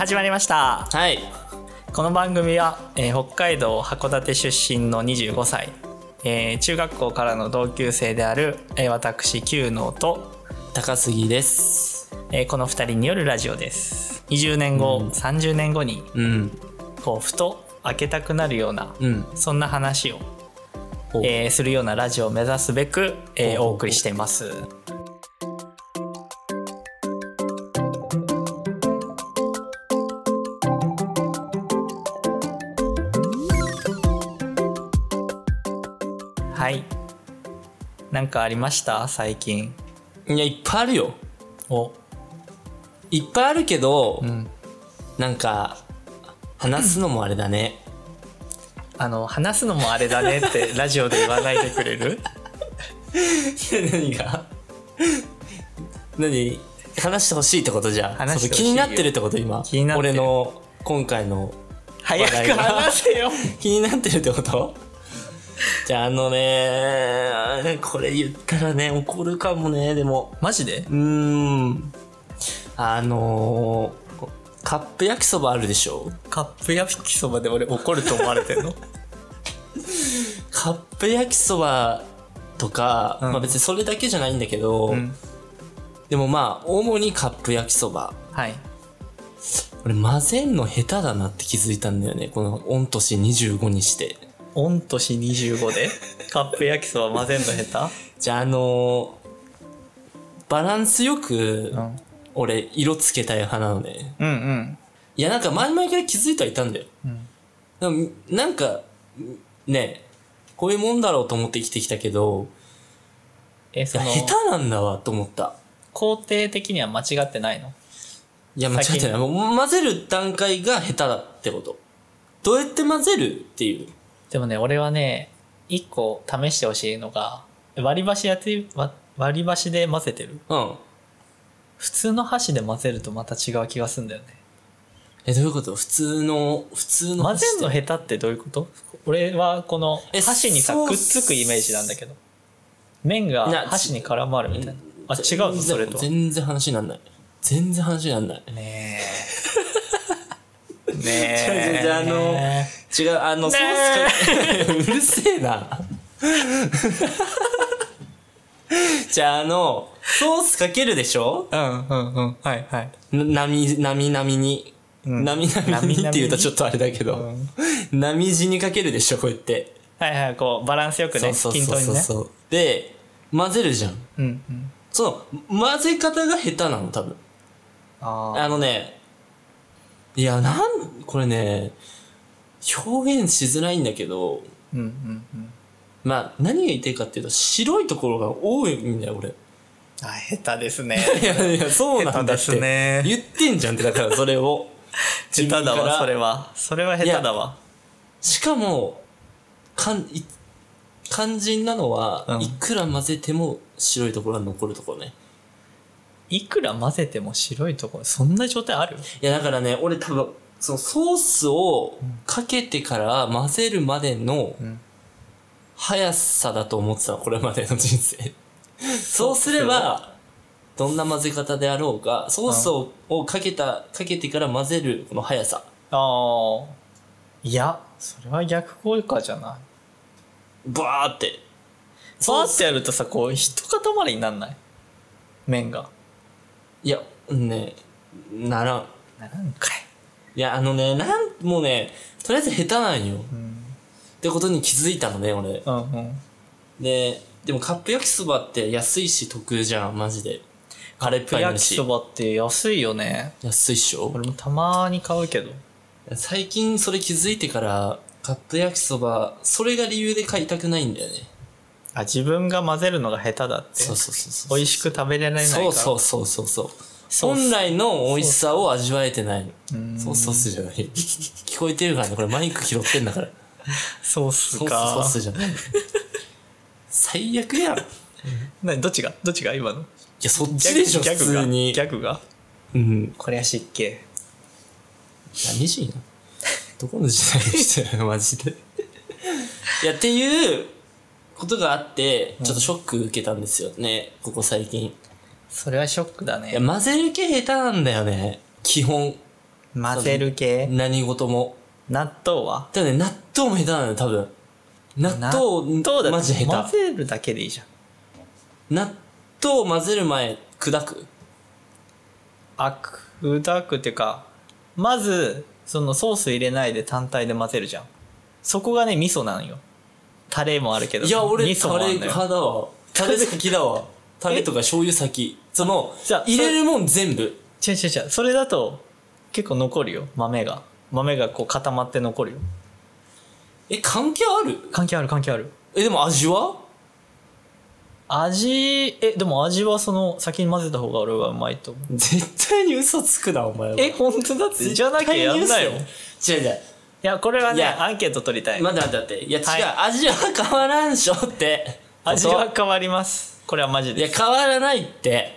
始まりました。 はい。 この番組は、北海道函館出身の25歳、中学校からの同級生である、私九能と高杉です。 この2人によるラジオです。20年後、30年後に、こうふと開けたくなるような、そんな話を、するようなラジオを目指すべく、お送りしています。はい。なんかありました最近？ いや、いっぱいあるよ。いっぱいあるけど、なんか話すのもあれだね。 話すのもあれだねってラジオで言わないでくれる？ 何が？何？話してほしいってことじゃん。 話してほしいよ。 気になってるってこと今。 気になってる。 俺の今回の早く話せよ。 気になってるってこと？じゃあこれ言ったらね怒るかもね。でもマジで？ カップ焼きそばあるでしょ。 カップ焼きそばで俺怒ると思われてんの？ カップ焼きそばとか、別にそれだけじゃないんだけど、でも主にカップ焼きそば。 はい。 俺混ぜんの下手だなって気づいたんだよね。この御年25にして。 御年25でカップ焼きそば混ぜんの下手？ じゃあバランスよく、俺色つけたい派なのね。いや前々から気づいてはいたんだよ。でもねこういうもんだろうと思って生きてきたけど、下手なんだわと思った。 工程的には間違ってないの？ いや間違ってない。もう混ぜる段階が下手だってこと。どうやって混ぜるっていう。 でもね、俺はね、一個試してほしいのが、割り箸で混ぜてる？普通の箸で混ぜるとまた違う気がするんだよね。 どういうこと？普通の混ぜんの下手ってどういうこと？俺はこの箸にさくっつくイメージなんだけど、麺が箸に絡まるみたいな。違うの？それと全然話になんない。全然話になんない。 ねえじゃあ違うソースかうるせえな。じゃあソースかけるでしょ？ はいはい。 なみに。なみにって言うとちょっとあれだけど、なみじにかけるでしょこうやって。 はいはい、こうバランスよくね、均等にね。 で混ぜるじゃん。その混ぜ方が下手なの多分。いやこれね表現しづらいんだけど、何が言いたいかっていうと白いところが多いんだよ俺。 下手ですね。 いやそうなんだってね。言ってんじゃんって。だからそれを下手だわ。それは下手だわ。 しかも肝心なのは、いくら混ぜても白いところが残るところね。 いくら混ぜても白いところ、そんな状態ある？ いやだからね俺多分そのソースをかけてから混ぜるまでの速さだと思ってたのこれまでの人生。そうすればどんな混ぜ方であろうがソースをかけてから混ぜるこの速さ。 いやそれは逆効果じゃない？ バーってやるとさ、こう一塊になんない？麺が。 いやならんかい。 いやもうねとりあえず下手なんよ、ってことに気づいたのね俺。でもカップ焼きそばって安いし得じゃんマジで。カレーっぱいあるし。 カップ焼きそばって安いよね。 安いっしょ。 俺もたまに買うけど。 最近それ気づいてからカップ焼きそばそれが理由で買いたくないんだよね。 自分が混ぜるのが下手だって。 そう美味しく食べれないから。 そう本来の美味しさを味わえてないの。ソースじゃない。聞こえてるからねこれマイク拾ってんだから。 ソースか。 ソースじゃない。最悪やん。 どっちが今の？いやそっちでしょ普通に。 ギャグが。これは湿気。 何人どこの時代にしてるのマジで。いやっていうことがあってちょっとショック受けたんですよね、ここ最近。 それはショックだね。 いや混ぜる系下手なんだよね基本。 混ぜる系。 何事も。 納豆はだね、納豆も下手なのよ、多分。納豆、マジ下手。 混ぜるだけでいいじゃん。 納豆を混ぜる前、砕く？ 砕くっていうか、まず、そのソース入れないで単体で混ぜるじゃん。そこがね、味噌なんよ。タレもあるけど。 いや、俺、 味噌もあタレんだよ派だわ。タレ先だわ。タレとか醤油先。 じゃあ入れるもん全部。 違う。それだと、結構残るよ、豆が。豆がこう固まって残るよ。 関係ある？ 関係ある。 でも味は？ でも味はその、先に混ぜた方が俺はうまいと思う。 絶対に嘘つくな、お前は。 本当だって。じゃなきゃやんなよ。 違う。 いや、これはね、アンケート取りたい。 待って。いや、違う、味は変わらんしょって。 味は変わります。これはマジで。 いや、変わらないって。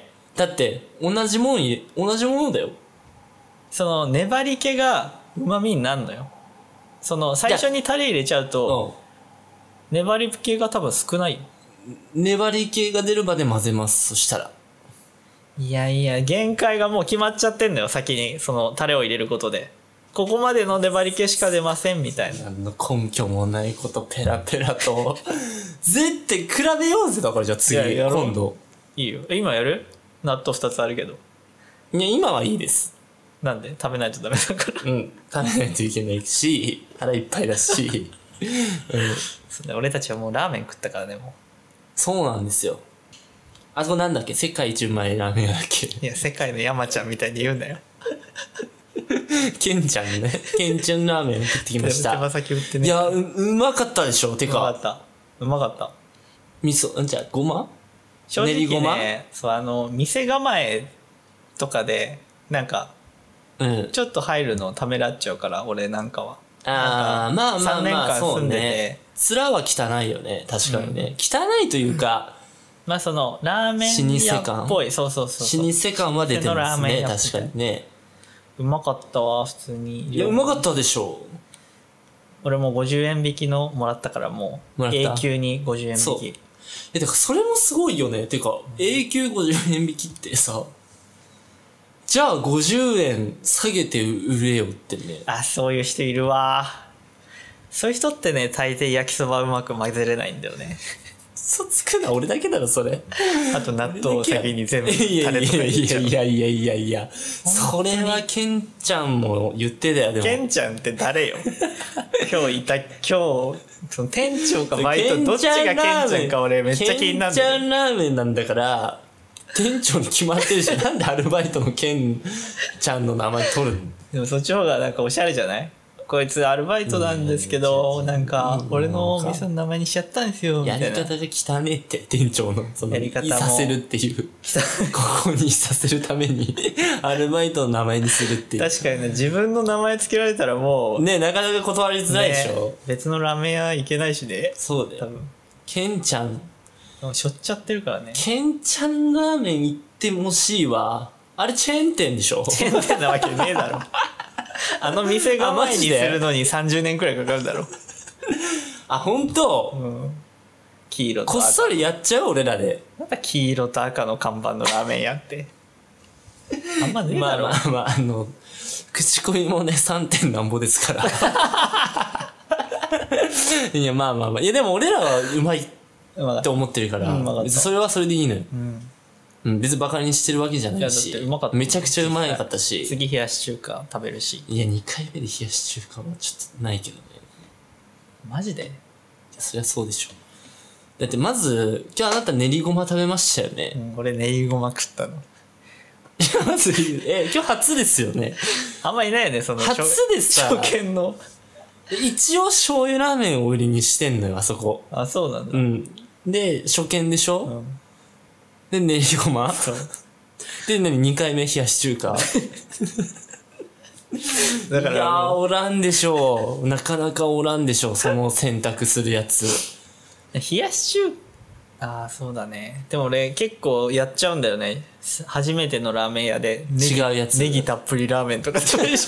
だって、同じものだよ。 その、粘り気が旨味になるのよ。その、最初にタレ入れちゃうと、粘り気が多分少ない。 粘り気が出るまで混ぜます、そしたら。 いや、限界がもう決まっちゃってんのよ、先に。その、タレを入れることで。ここまでの粘り気しか出ません、みたいな。 何の根拠もないことペラペラと。絶対比べようぜ、だからじゃあ次、今度。 いいよ。今やる？納豆2つあるけど。 いや、今はいいです。 なんで？食べないとダメだから。 食べないといけないし、腹いっぱいだし。 そうね、俺たちはもうラーメン食ったからね、もう。 そうなんですよ。あそこなんだっけ？世界一うまいラーメン屋だっけ？ いや、世界の山ちゃんみたいに言うんだよ。 ケンちゃんね。ケンちゃんラーメン食ってきました。 手羽先売ってね。 いや、うまかったでしょ、てか。 うまかった。 味噌、じゃあ、ごま？ 正直ね、 練りごま？ そう、店構えとかで、なんか、ちょっと入るのためらっちゃうから、俺なんかは。 まあ、3年間住んでて。面は汚いよね、確かにね。汚いというか、 まあその、ラーメン屋っぽい。そう。 老舗感は出てますね、確かにね。 うまかったわ、普通に。 いや、うまかったでしょ。 俺も50円引きのもらったからもう、永久に50円引き。 だからそれもすごいよね。てか、永久50円引きってさ、じゃあ50円下げて売れよってね。 そういう人いるわ。そういう人ってね、大抵焼きそばうまく混ぜれないんだよね。 嘘つくな、俺だけだろ、それ。 あと納豆を先に全部タレとか入れちゃう。 いや。それはケンちゃんも言ってたよ、でも。 ケンちゃんって誰よ？今日、その店長かバイト、どっちがケンちゃんか俺めっちゃ気になる。 ケンちゃんラーメンなんだから、店長に決まってるし、なんでアルバイトのケンちゃんの名前取るの？ でもそっちの方がなんかおしゃれじゃない？こいつアルバイトなんですけど、なんか俺の店の名前にしちゃったんですよみたいな。 やり方で汚ねって、店長のそのやり方もいさせるっていうここにいさせるためにアルバイトの名前にするっていう。 確かにね、自分の名前つけられたらもうね、なかなか断りづらいでしょ、 別のラーメン屋行けないしね。 そうだよ、多分ケンちゃんしょっちゃってるからね。 ケンちゃんラーメン行ってほしいわ。あれチェーン店でしょ？ チェーン店なわけねえだろ。店構えにするのに30年くらいかかるだろ。 本当？ 黄色と赤。 こっそりやっちゃう俺らで。 なんだ黄色と赤の看板のラーメン屋って。あんまねえだろ。 まあ口コミもね 3. 点なんぼですから。いやまあいやでも俺らはうまいって思ってるから、それはそれでいいのよ。別にバカにしてるわけじゃないし、めちゃくちゃうまかったし、 次冷やし中華食べるし。 いや2回目で冷やし中華はちょっとないけどね。 マジで？いやそりゃそうでしょ。だってまず今日あなた練りごま食べましたよね。 俺練りごま食ったの。いやまず今日初ですよね。 あんまいないよね、その初でさ、 初見の一応醤油ラーメンを売りにしてんのよ、あそこ。 そうなんだ。 で初見でしょ、で練りごま、で2回目冷やし中華。だからいやおらんでしょう、なかなかおらんでしょう、その選択するやつ。 冷やし中華、そうだね。でも俺結構やっちゃうんだよね。初めてのラーメン屋で違うやつ、 ネギたっぷりラーメンとか食べる。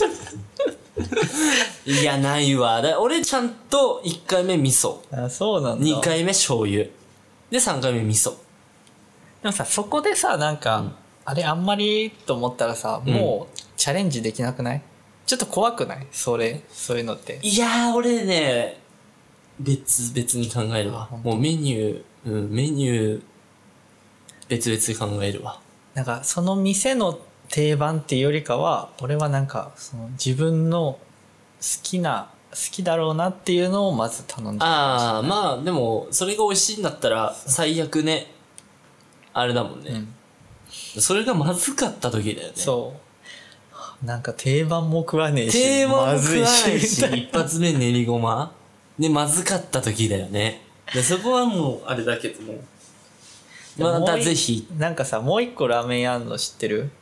いやないわ。俺ちゃんと1回目味噌、 そうなんだ。 2回目醤油で3回目味噌。 でもさ、そこでさ、なんか、あれあんまりと思ったらさ、もうチャレンジできなくない？ ちょっと怖くない？そういうのって。 いやー、俺ね、別々に考えるわ。もうメニュー、別々に考えるわ。 なんか、その店の定番っていうよりかは、俺はなんか、その自分の好きだろうなっていうのをまず頼んで。 ああ、まあ、でも、それが美味しいんだったら、最悪ね、あれだもんね。それがまずかった時だよね。 そう。なんか定番も食わねえし。 定番も食わないし、一発目練りごまで、まずかった時だよね。で、そこはもう、あれだけども。またぜひ。 なんかさ、もう一個ラーメン屋あんの知ってる？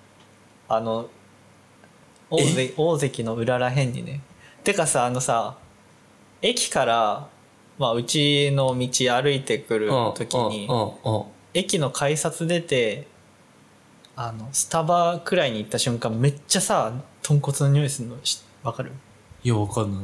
大関の裏らへんにね。てかさ、駅から、まあ、うちの道歩いてくる時に、駅の改札出て、スタバくらいに行った瞬間、めっちゃさ、豚骨の匂いするの、わかる？ いや、わかんない。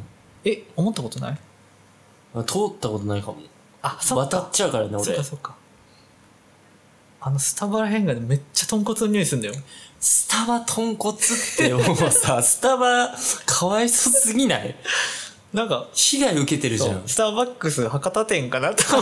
思ったことない？ 通ったことないかも。 そっか。 渡っちゃうからね、俺。 そっか。スタバらへんがめっちゃ豚骨の匂いするんだよ。 スタバ豚骨ってもうさ、スタバかわいそすぎない？ なんか、 被害受けてるじゃん。 スターバックス博多店かなと思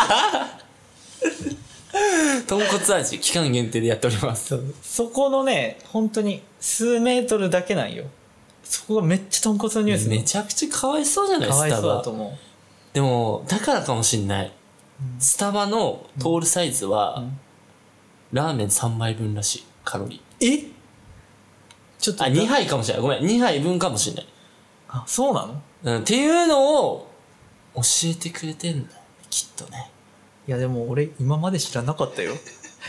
豚骨味、期間限定でやっております。 そこのね、本当に数メートルだけなんよ。そこがめっちゃ豚骨の匂いする。 めちゃくちゃかわいそうじゃない？ かわいそうだと思う。 でも、だからかもしんない。スタバの通るサイズは、ラーメン3杯分らしい、カロリー。ちょっと。 2杯かもしれない。ごめん、2杯分かもしれない。 そうなの？ っていうのを、教えてくれてんだよ、きっとね。 いや、でも俺、今まで知らなかったよ。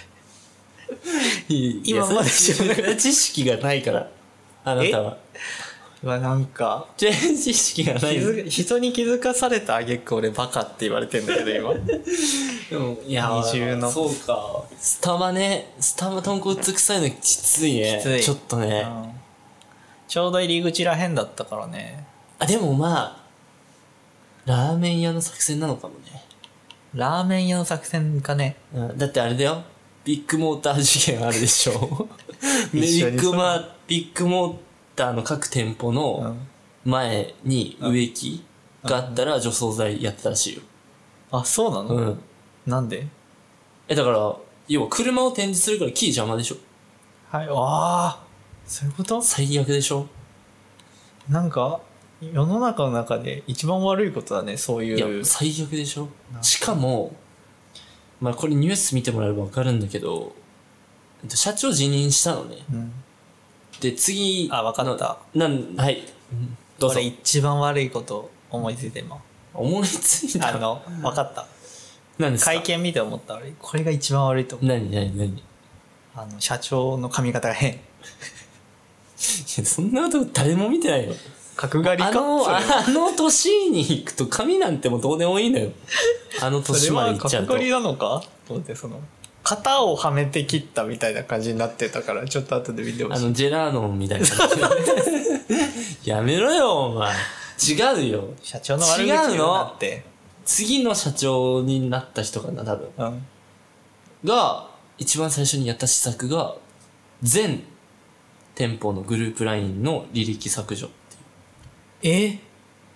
今まで知らなかった。知識がないから、あなたは。 なんか、 知識がない。 人に気づかされた挙句俺バカって言われてんだけど、今。 でも、いや、そうか。スタバ豚骨臭いのきついね。きつい。ちょっとね。 ちょうど入り口らへんだったからね。 でもまあ、ラーメン屋の作戦なのかもね。 ラーメン屋の作戦かね。 だってあれだよ。ビッグモーター事件あるでしょ。ビッグモーターの各店舗の前に植木があったら除草剤やってたらしいよ。 そうなの？なんで？ だから、要は車を展示するから木邪魔でしょ。 はい、そういうこと？ 最悪でしょ。 なんか、世の中の中で一番悪いことだね、そういう。 いや、最悪でしょ。しかも、まあこれニュース見てもらえばわかるんだけど、社長辞任したのね。で、次。 わかった。 はい。どうぞ。 これ一番悪いこと思いついて今。 思いついた？ わかった。 何ですか？ 会見見て思った。これが一番悪いと思う。 何社長の髪型が変。 そんなこと誰も見てないよ。 角刈りか？ あの年に行くと髪なんてもうどうでもいいのよ。あの年まで行っちゃうと。 角刈りなのかと思って、型をはめて切ったみたいな感じになってたから、ちょっと後で見てほしい。 ジェラードンみたいな感じ。やめろよ、お前。違うよ。 社長の悪口になって。 次の社長になった人かな、多分。が、一番最初にやった施策が、全店舗のグループラインの履歴削除っていう。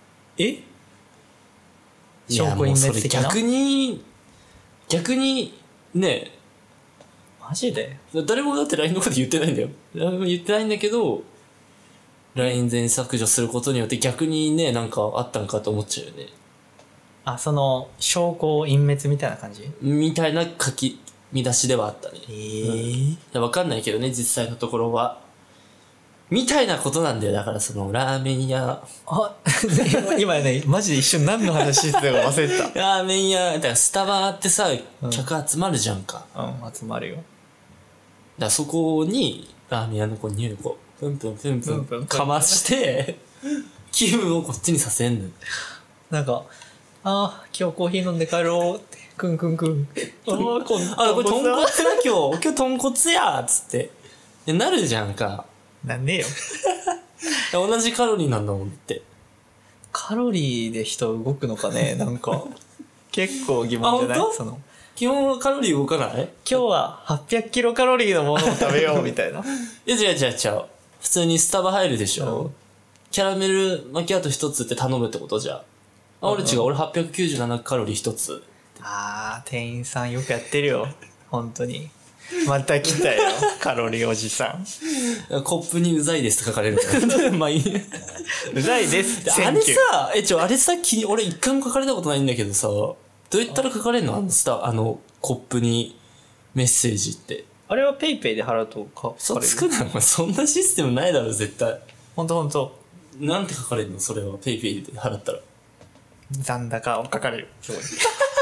証拠隠滅的な？逆に、ね、 マジで？ 誰もだって LINE のこと言ってないんだよ。誰も言ってないんだけど、LINE 全削除することによって逆にね、なんかあったんかと思っちゃうよね。 証拠隠滅みたいな感じ？ みたいな書き見出しではあったね。わかんないけどね、実際のところは。みたいなことなんだよ。だからラーメン屋。 今ね、マジで一瞬何の話してたか忘れてた。 ラーメン屋、だからスタバってさ、客集まるじゃんか。 集まるよ。だからそこに、ラーメン屋の匂いをプンプンかまして、気分をこっちにさせんの。 なんか、今日コーヒー飲んで帰ろうって、くん。これ豚骨だ今日豚骨やつって。で、なるじゃんか。 なんでよ。 同じカロリーなんだもんって。 カロリーで人動くのかね？なんか、結構疑問じゃない？ 基本カロリー動かない？ 今日は800キロカロリーのものを食べようみたいな。 違う。普通にスタバ入るでしょ？ キャラメルマキアート一つって頼むってことじゃあ。俺違う、俺897カロリー一つ。 店員さんよくやってるよ。本当に。また来たよ。カロリーおじさん。 コップにうざいですって書かれるまあいい。 うざいです。 あれさ、あれさ、俺一回も書かれたことないんだけどさ、どうやったら書かれるのコップにメッセージって。 あれはペイペイで払うと書かれる。つくな、お前そんなシステムないだろ、絶対。 ほんと。 なんて書かれるのそれは、ペイペイで払ったら。 残高を書かれる。すごい。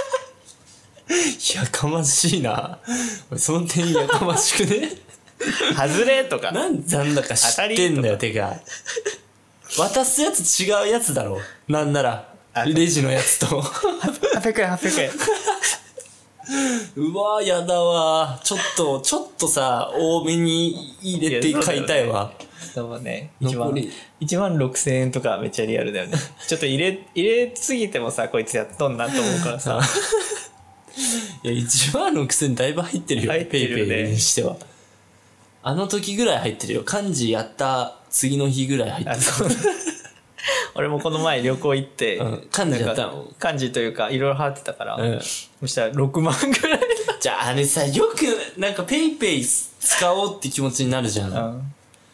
やかましいな。その点やかましくね。 外れとか。 なんで残高知ってんだよ、てか。渡すやつ違うやつだろ。なんなら。レジのやつと。 800円、800円。 うわー、やだわ。ちょっとさ、多めに入れて買いたいわ。 でもね、1万6000円とかめっちゃリアルだよね。ちょっと入れすぎてもさ、こいつやっとんなと思うからさ。 いや、1万6000だいぶ入ってるよ。 入ってるよね。 ペイペイにしては。あの時ぐらい入ってるよ。漢字やった次の日ぐらい入ってる。 俺もこの前旅行行って、 漢字やったの？ 漢字というか、いろいろ払ってたから、そしたら6万ぐらい。 じゃああれさ、よく、なんかペイペイ使おうって気持ちになるじゃん。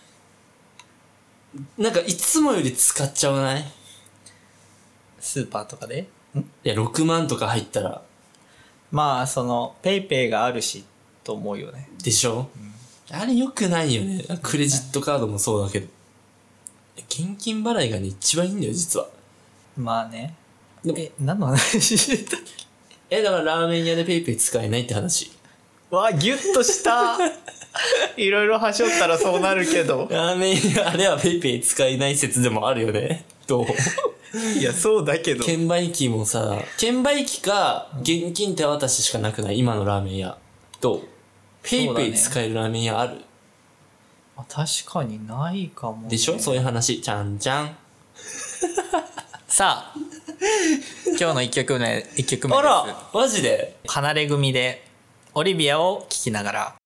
なんかいつもより使っちゃわない？ スーパーとかで？ いや、6万とか入ったら。 まあ、ペイペイがあるし、と思うよね。 でしょ？あれ良くないよね。クレジットカードもそうだけど。現金払いがね、一番いいんだよ、実は。 まあね。何の話してた？ だからラーメン屋でペイペイ使えないって話。 わ、ギュッとしたいろいろ端折ったらそうなるけど。 ラーメン屋、あれはペイペイ使えない説でもあるよね。どう？ いや、そうだけど。 券売機もさ、券売機か、現金手渡ししかなくない？今のラーメン屋。どう？ペイペイ使えるラーメン屋ある？ 確かにないかも、ね。 でしょ？そういう話。ちゃんちゃん。 さあ、今日の1曲目です。 あら、マジで？ 離れ組で、オリビアを聴きながら。